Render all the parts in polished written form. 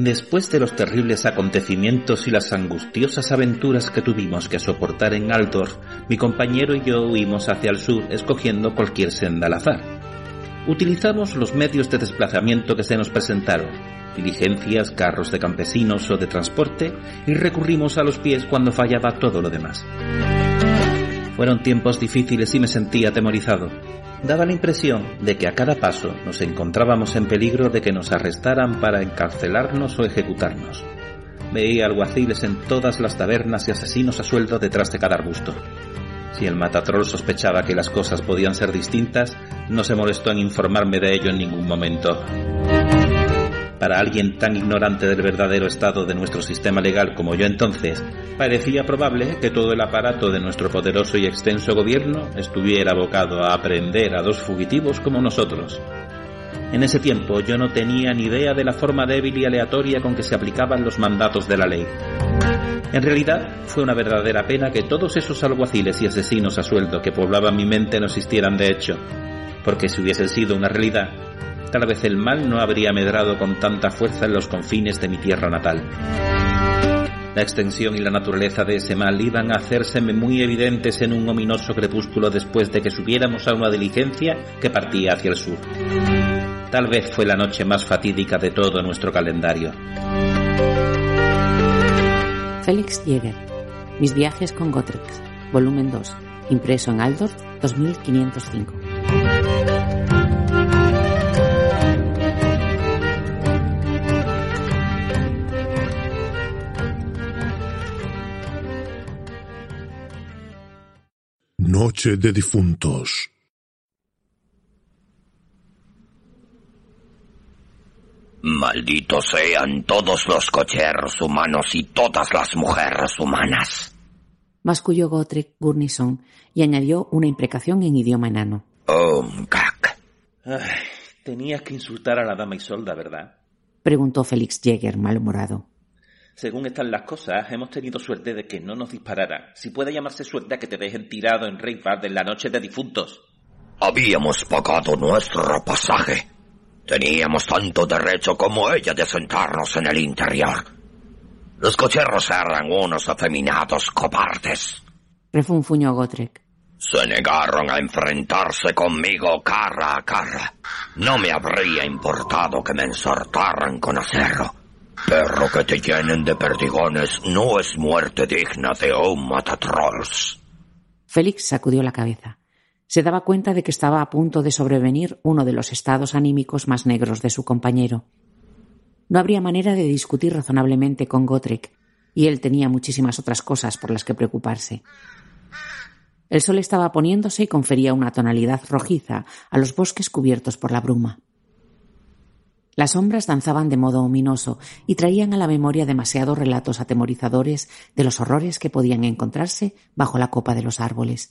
Después de los terribles acontecimientos y las angustiosas aventuras que tuvimos que soportar en Aldorf, mi compañero y yo huimos hacia el sur escogiendo cualquier senda al azar. Utilizamos los medios de desplazamiento que se nos presentaron, diligencias, carros de campesinos o de transporte, y recurrimos a los pies cuando fallaba todo lo demás. Fueron tiempos difíciles y me sentía atemorizado. Daba la impresión de que a cada paso nos encontrábamos en peligro de que nos arrestaran para encarcelarnos o ejecutarnos. Veía alguaciles en todas las tabernas y asesinos a sueldo detrás de cada arbusto. Si el matatrol sospechaba que las cosas podían ser distintas, no se molestó en informarme de ello en ningún momento. Para alguien tan ignorante del verdadero estado de nuestro sistema legal como yo entonces, parecía probable que todo el aparato de nuestro poderoso y extenso gobierno estuviera abocado a aprehender a dos fugitivos como nosotros. En ese tiempo yo no tenía ni idea de la forma débil y aleatoria con que se aplicaban los mandatos de la ley. En realidad, fue una verdadera pena que todos esos alguaciles y asesinos a sueldo que poblaban mi mente no existieran de hecho, porque si hubiesen sido una realidad, tal vez el mal no habría medrado con tanta fuerza en los confines de mi tierra natal. La extensión y la naturaleza de ese mal iban a hacérseme muy evidentes en un ominoso crepúsculo después de que subiéramos a una diligencia que partía hacia el sur. Tal vez fue la noche más fatídica de todo nuestro calendario. Felix Jäger, Mis viajes con Gotrek, volumen 2, impreso en Aldorf, 2505. Noche de difuntos. Malditos sean todos los cocheros humanos y todas las mujeres humanas. Masculló Gotrek Gurnison y añadió una imprecación en idioma enano. Cac. Tenías que insultar a la dama Isolda, ¿verdad? Preguntó Felix Jäger, malhumorado. Según están las cosas, hemos tenido suerte de que no nos disparara. Si puede llamarse suerte a que te dejen tirado en Reifard en la noche de difuntos. Habíamos pagado nuestro pasaje. Teníamos tanto derecho como ella de sentarnos en el interior. Los cocheros eran unos afeminados cobardes. Refunfuñó Gotrek. Se negaron a enfrentarse conmigo cara a cara. No me habría importado que me ensartaran con acero. Pero que te llenen de perdigones no es muerte digna de un matatrolls. Félix sacudió la cabeza. Se daba cuenta de que estaba a punto de sobrevenir uno de los estados anímicos más negros de su compañero. No habría manera de discutir razonablemente con Gotrek, y él tenía muchísimas otras cosas por las que preocuparse. El sol estaba poniéndose y confería una tonalidad rojiza a los bosques cubiertos por la bruma. Las sombras danzaban de modo ominoso y traían a la memoria demasiados relatos atemorizadores de los horrores que podían encontrarse bajo la copa de los árboles.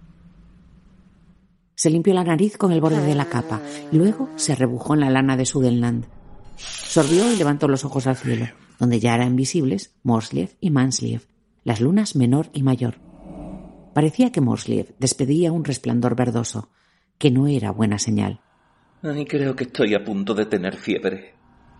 Se limpió la nariz con el borde de la capa y luego se rebujó en la lana de Sudenland. Sorbió y levantó los ojos al cielo, donde ya eran visibles Morsliev y Mansliev, las lunas menor y mayor. Parecía que Morsliev despedía un resplandor verdoso, que no era buena señal. Creo que estoy a punto de tener fiebre.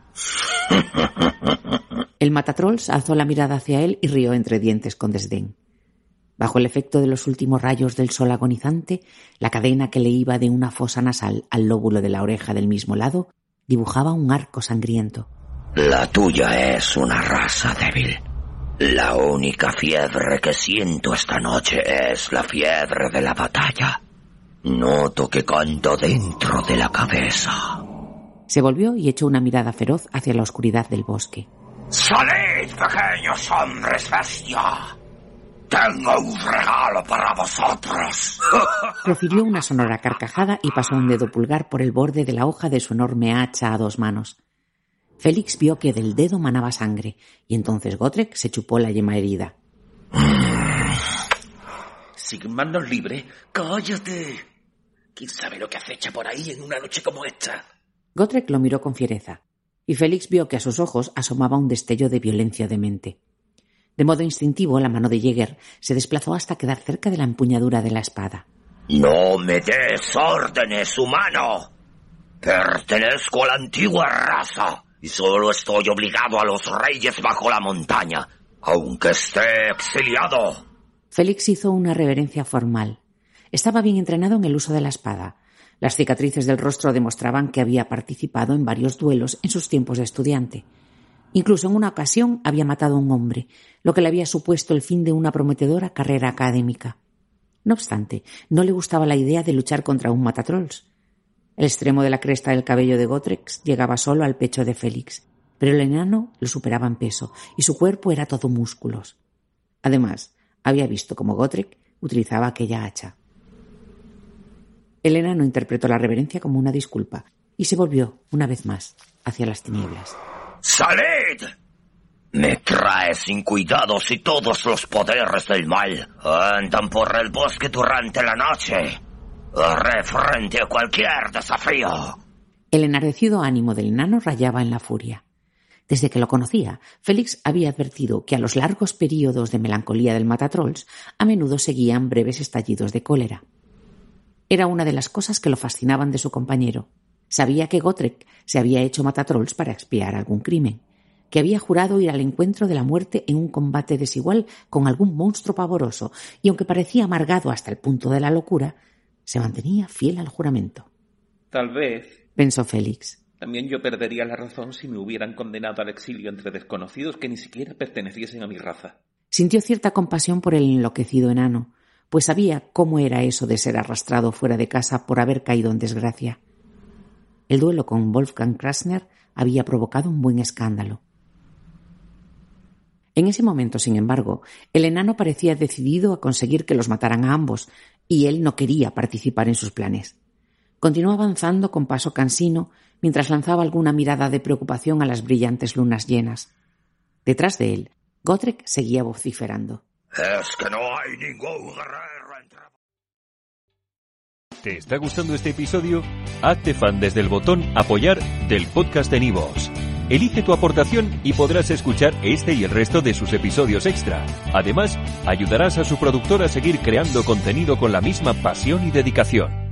El matatrolls alzó la mirada hacia él y rió entre dientes con desdén. Bajo el efecto de los últimos rayos del sol agonizante, la cadena que le iba de una fosa nasal al lóbulo de la oreja del mismo lado dibujaba un arco sangriento. La tuya es una raza débil. La única fiebre que siento esta noche es la fiebre de la batalla. Noto que canta dentro de la cabeza. Se volvió y echó una mirada feroz hacia la oscuridad del bosque. ¡Salid, pequeños hombres bestia! ¡Tengo un regalo para vosotros! Profirió una sonora carcajada y pasó un dedo pulgar por el borde de la hoja de su enorme hacha a 2 manos. Félix vio que del dedo manaba sangre, y entonces Gotrek se chupó la yema herida. Sin manos libres, ¡cállate! ¿Quién sabe lo que acecha por ahí en una noche como esta? Gotrek lo miró con fiereza, y Félix vio que a sus ojos asomaba un destello de violencia demente. De modo instintivo, la mano de Jäger se desplazó hasta quedar cerca de la empuñadura de la espada. ¡No me des órdenes, humano! Pertenezco a la antigua raza y solo estoy obligado a los reyes bajo la montaña, aunque esté exiliado. Félix hizo una reverencia formal. Estaba bien entrenado en el uso de la espada. Las cicatrices del rostro demostraban que había participado en varios duelos en sus tiempos de estudiante. Incluso en una ocasión había matado a un hombre, lo que le había supuesto el fin de una prometedora carrera académica. No obstante, no le gustaba la idea de luchar contra un matatrolls. El extremo de la cresta del cabello de Gotrek llegaba solo al pecho de Félix, pero el enano lo superaba en peso y su cuerpo era todo músculos. Además, había visto cómo Gotrek utilizaba aquella hacha. El enano interpretó la reverencia como una disculpa y se volvió, una vez más, hacia las tinieblas. ¡Salid! Me trae sin cuidados y todos los poderes del mal andan por el bosque durante la noche. Haré frente a cualquier desafío. El enardecido ánimo del enano rayaba en la furia. Desde que lo conocía, Félix había advertido que a los largos períodos de melancolía del matatrolls a menudo seguían breves estallidos de cólera. Era una de las cosas que lo fascinaban de su compañero. Sabía que Gotrek se había hecho matatrolls para expiar algún crimen, que había jurado ir al encuentro de la muerte en un combate desigual con algún monstruo pavoroso, y aunque parecía amargado hasta el punto de la locura, se mantenía fiel al juramento. Tal vez, pensó Félix, también yo perdería la razón si me hubieran condenado al exilio entre desconocidos que ni siquiera perteneciesen a mi raza. Sintió cierta compasión por el enloquecido enano, pues sabía cómo era eso de ser arrastrado fuera de casa por haber caído en desgracia. El duelo con Wolfgang Krasner había provocado un buen escándalo. En ese momento, sin embargo, el enano parecía decidido a conseguir que los mataran a ambos, y él no quería participar en sus planes. Continuó avanzando con paso cansino mientras lanzaba alguna mirada de preocupación a las brillantes lunas llenas. Detrás de él, Gotrek seguía vociferando. Es que no hay ningún guerrero entre... ¿Te está gustando este episodio? Hazte fan desde el botón Apoyar del podcast de Nivos. Elige tu aportación y podrás escuchar este y el resto de sus episodios extra. Además, ayudarás a su productor a seguir creando contenido con la misma pasión y dedicación.